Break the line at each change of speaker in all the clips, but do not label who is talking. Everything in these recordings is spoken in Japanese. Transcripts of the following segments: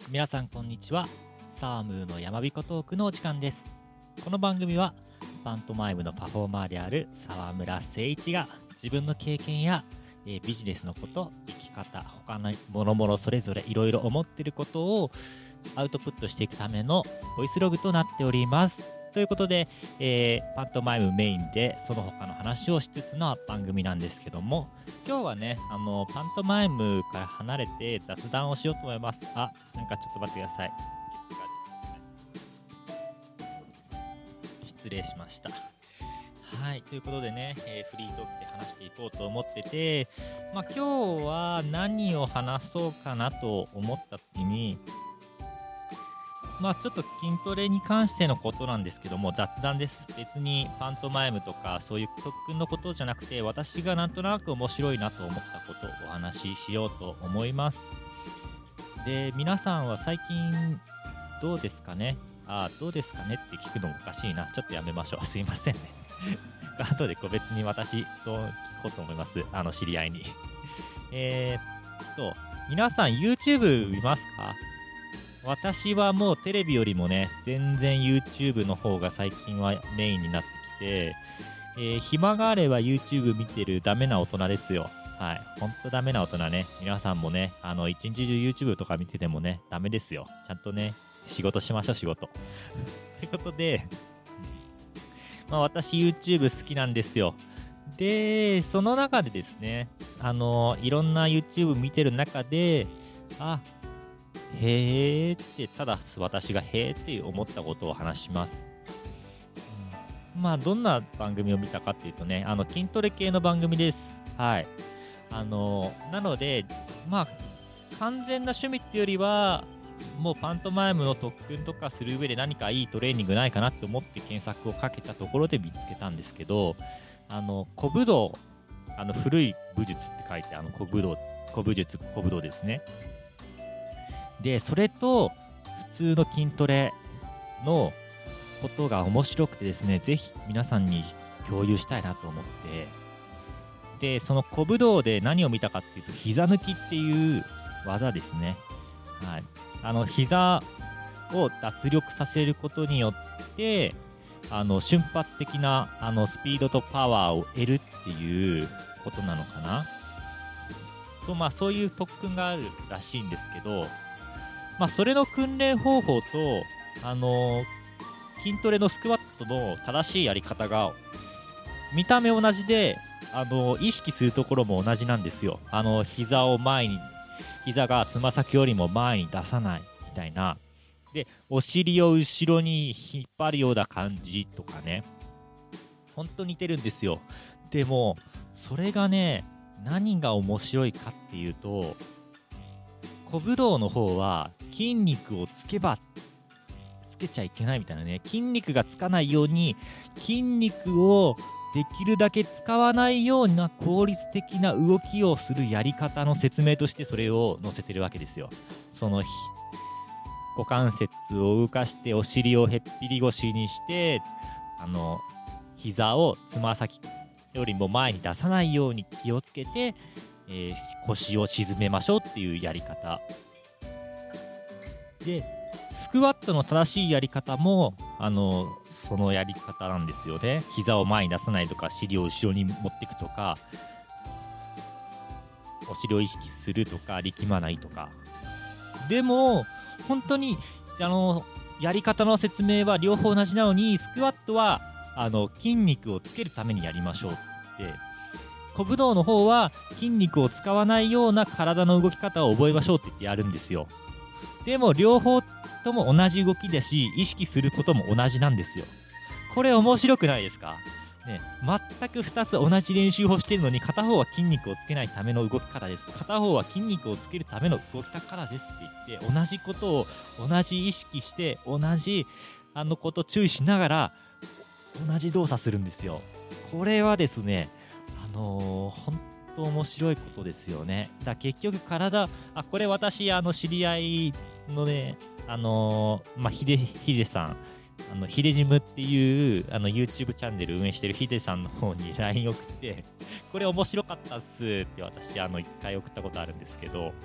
皆さんこんにちは。サームーのやまびこトークのお時間です。この番組はパントマイムのパフォーマーである沢村誠一が自分の経験やビジネスのこと、生き方、他のもろそれぞれいろいろ思っていることをアウトプットしていくためのボイスログとなっております。ということで、パントマイムメインでその他の話をしつつの番組なんですけども、今日はね、パントマイムから離れて雑談をしようと思います。なんかちょっと待ってください。失礼しました。はい、ということでね、フリートークで話していこうと思ってて、今日は何を話そうかなと思った時に、ちょっと筋トレに関してのことなんですけども、雑談です。別にパントマイムとかそういう特訓のことじゃなくて、私がなんとなく面白いなと思ったことをお話ししようと思います。で、皆さんは最近どうですかね？どうですかねって聞くのもおかしいな。ちょっとやめましょう。すいませんね。後で個別に私と聞こうと思います。知り合いに。皆さん YouTube 見ますか？私はもうテレビよりもね、全然 YouTube の方が最近はメインになってきて、暇があれば YouTube 見てるダメな大人ですよ。はい。ほんとダメな大人ね。皆さんもね、一日中 YouTube とか見ててもね、ダメですよ。ちゃんとね、仕事しましょう、仕事。ということで、私 YouTube 好きなんですよ。で、その中でですね、いろんな YouTube 見てる中で、へーって、ただ私がへーって思ったことを話します。どんな番組を見たかっていうとね、筋トレ系の番組です。はい。なので、完全な趣味っていうよりは、もうパントマイムの特訓とかする上で何かいいトレーニングないかなって思って検索をかけたところで見つけたんですけど、古武道、古い武術って書いて、古武道ですね。で、それと普通の筋トレのことが面白くてですね、ぜひ皆さんに共有したいなと思って、で、その古武道で何を見たかっていうと、膝抜きっていう技ですね。はい。膝を脱力させることによって、瞬発的なスピードとパワーを得るっていうことなのかな。そういう特訓があるらしいんですけど、それの訓練方法と、筋トレのスクワットの正しいやり方が、見た目同じで、意識するところも同じなんですよ。膝がつま先よりも前に出さないみたいな。で、お尻を後ろに引っ張るような感じとかね。ほんと似てるんですよ。でも、それがね、何が面白いかっていうと、古武道の方は筋肉をつけちゃいけないみたいなね。筋肉がつかないように、筋肉をできるだけ使わないような効率的な動きをするやり方の説明としてそれを載せてるわけですよ。股関節を動かしてお尻をへっぴり腰にして膝をつま先よりも前に出さないように気をつけて、腰を沈めましょうっていうやり方で、スクワットの正しいやり方もそのやり方なんですよね。膝を前に出さないとか、尻を後ろに持っていくとか、お尻を意識するとか、力まないとか。でも本当にやり方の説明は両方同じなのに、スクワットは筋肉をつけるためにやりましょうって、古武道の方は筋肉を使わないような体の動き方を覚えましょうって言ってやるんですよ。でも両方とも同じ動きだし、意識することも同じなんですよ。これ面白くないですかね。全く2つ同じ練習をしてるのに、片方は筋肉をつけないための動き方です、片方は筋肉をつけるための動き方ですって言って、同じことを同じ意識して、同じこと注意しながら同じ動作するんですよ。これはですね、本当面白いことですよね。結局これ私知り合いのね、ヒデさん、ヒデジムっていうYouTube チャンネル運営してるヒデさんの方に LINE 送って、これ面白かったっすって私1回送ったことあるんですけど、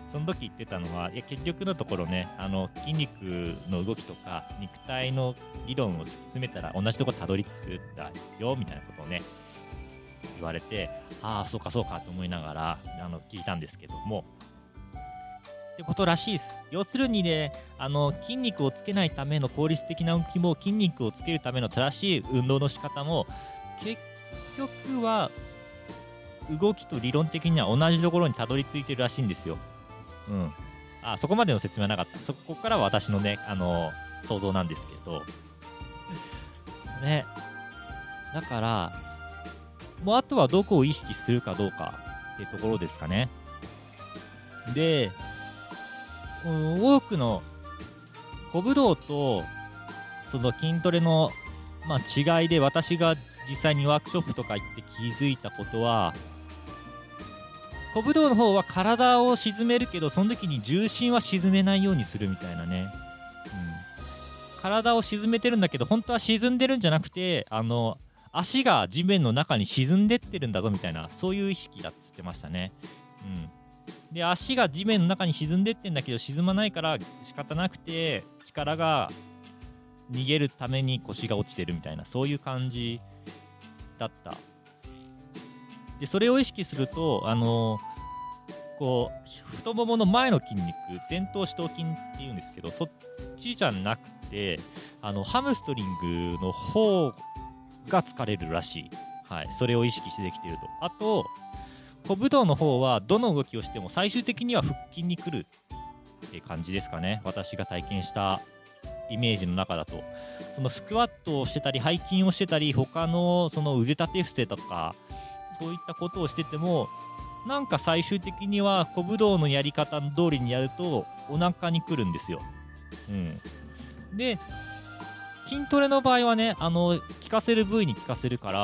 その時言ってたのは、いや結局のところね、筋肉の動きとか肉体の理論を突き詰めたら同じところたどり着くんだよみたいなことをね言われて、ああそうかそうかと思いながら聞いたんですけども、ってことらしいです。要するにね、筋肉をつけないための効率的な動きも筋肉をつけるための正しい運動の仕方も結局は動きと理論的には同じところにたどり着いてるらしいんですよ。そこまでの説明はなかった。そこからは私のね想像なんですけどね。だからもうあとはどこを意識するかどうかってところですかね。で、多くの古武道とその筋トレの、違いで、私が実際にワークショップとか行って気づいたことは、古武道の方は体を沈めるけどその時に重心は沈めないようにするみたいなね、体を沈めてるんだけど本当は沈んでるんじゃなくて足が地面の中に沈んでってるんだぞみたいな、そういう意識だっつってましたね。で、足が地面の中に沈んでってんだけど沈まないから仕方なくて力が逃げるために腰が落ちてるみたいな、そういう感じだった。でそれを意識するとこう太ももの前の筋肉、前頭四頭筋っていうんですけど、そっちじゃなくてハムストリングの方が疲れるらしい。それを意識してできていると。あと古武道の方はどの動きをしても最終的には腹筋に来るって感じですかね。私が体験したイメージの中だと、そのスクワットをしてたり背筋をしてたり他のその腕立て伏せとかそういったことをしてても、なんか最終的には古武道のやり方通りにやるとお腹に来るんですよ。で筋トレの場合はね効かせる部位に効かせるから、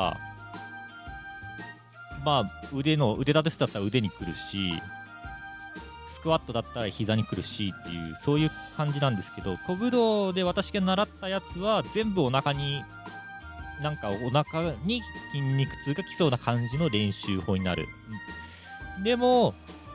腕立て伏せだったら腕に来るし、スクワットだったら膝に来るしっていう、そういう感じなんですけど、古武道で私が習ったやつは全部お腹に筋肉痛が来そうな感じの練習法になる。でも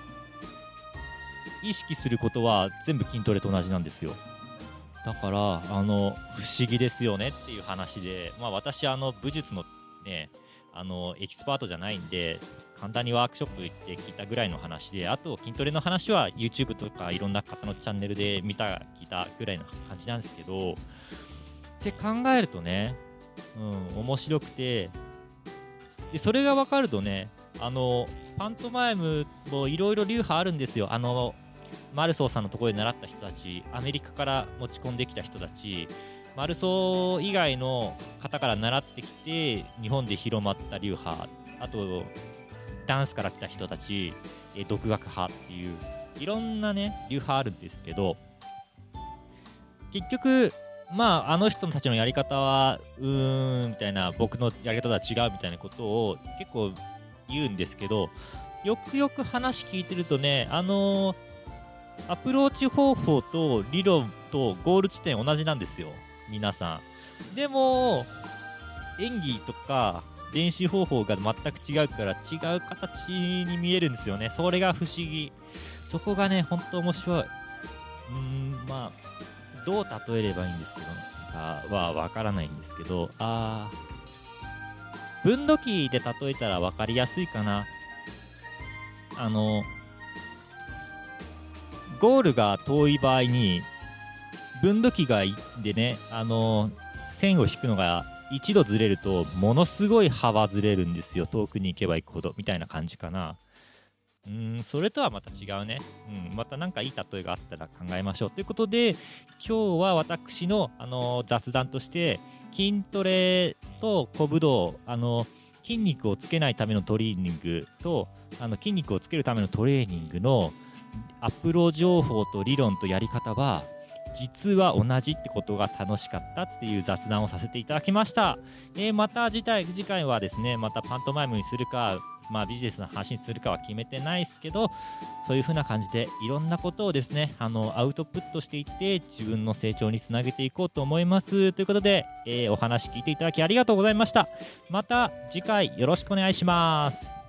意識することは全部筋トレと同じなんですよ。だから不思議ですよねっていう話で、私武術のねエキスパートじゃないんで簡単にワークショップ行って聞いたぐらいの話で、あと筋トレの話は YouTube とかいろんな方のチャンネルで聞いたぐらいの感じなんですけど、って考えるとね、面白くて、でそれが分かるとね、パントマイムもいろいろ流派あるんですよ。マルソーさんのところで習った人たち、アメリカから持ち込んできた人たち、マルソー以外の方から習ってきて日本で広まった流派、あとダンスから来た人たち、独学派っていういろんなね流派あるんですけど、結局あの人たちのやり方はみたいな、僕のやり方とは違うみたいなことを結構言うんですけど、よくよく話聞いてるとね、アプローチ方法と理論とゴール地点同じなんですよ皆さん。でも演技とか練習方法が全く違うから違う形に見えるんですよね。それが不思議。そこがね本当面白い。どう例えればいいんですけどはわからないんですけど、分度器で例えたら分かりやすいかな。ゴールが遠い場合に分度器でね線を引くのが1度ずれるとものすごい幅ずれるんですよ。遠くに行けば行くほどみたいな感じかな。それとはまた違うね。また何かいい例えがあったら考えましょうということで、今日は私の、雑談として筋トレと古武道、筋肉をつけないためのトレーニングと筋肉をつけるためのトレーニングのアプロ情報と理論とやり方は実は同じってことが楽しかったっていう雑談をさせていただきました。また次回はですね、またパントマイムにするかビジネスの話にするかは決めてないですけど、そういう風な感じでいろんなことをですねアウトプットしていって自分の成長につなげていこうと思いますということで、お話聞いていただきありがとうございました。また次回よろしくお願いします。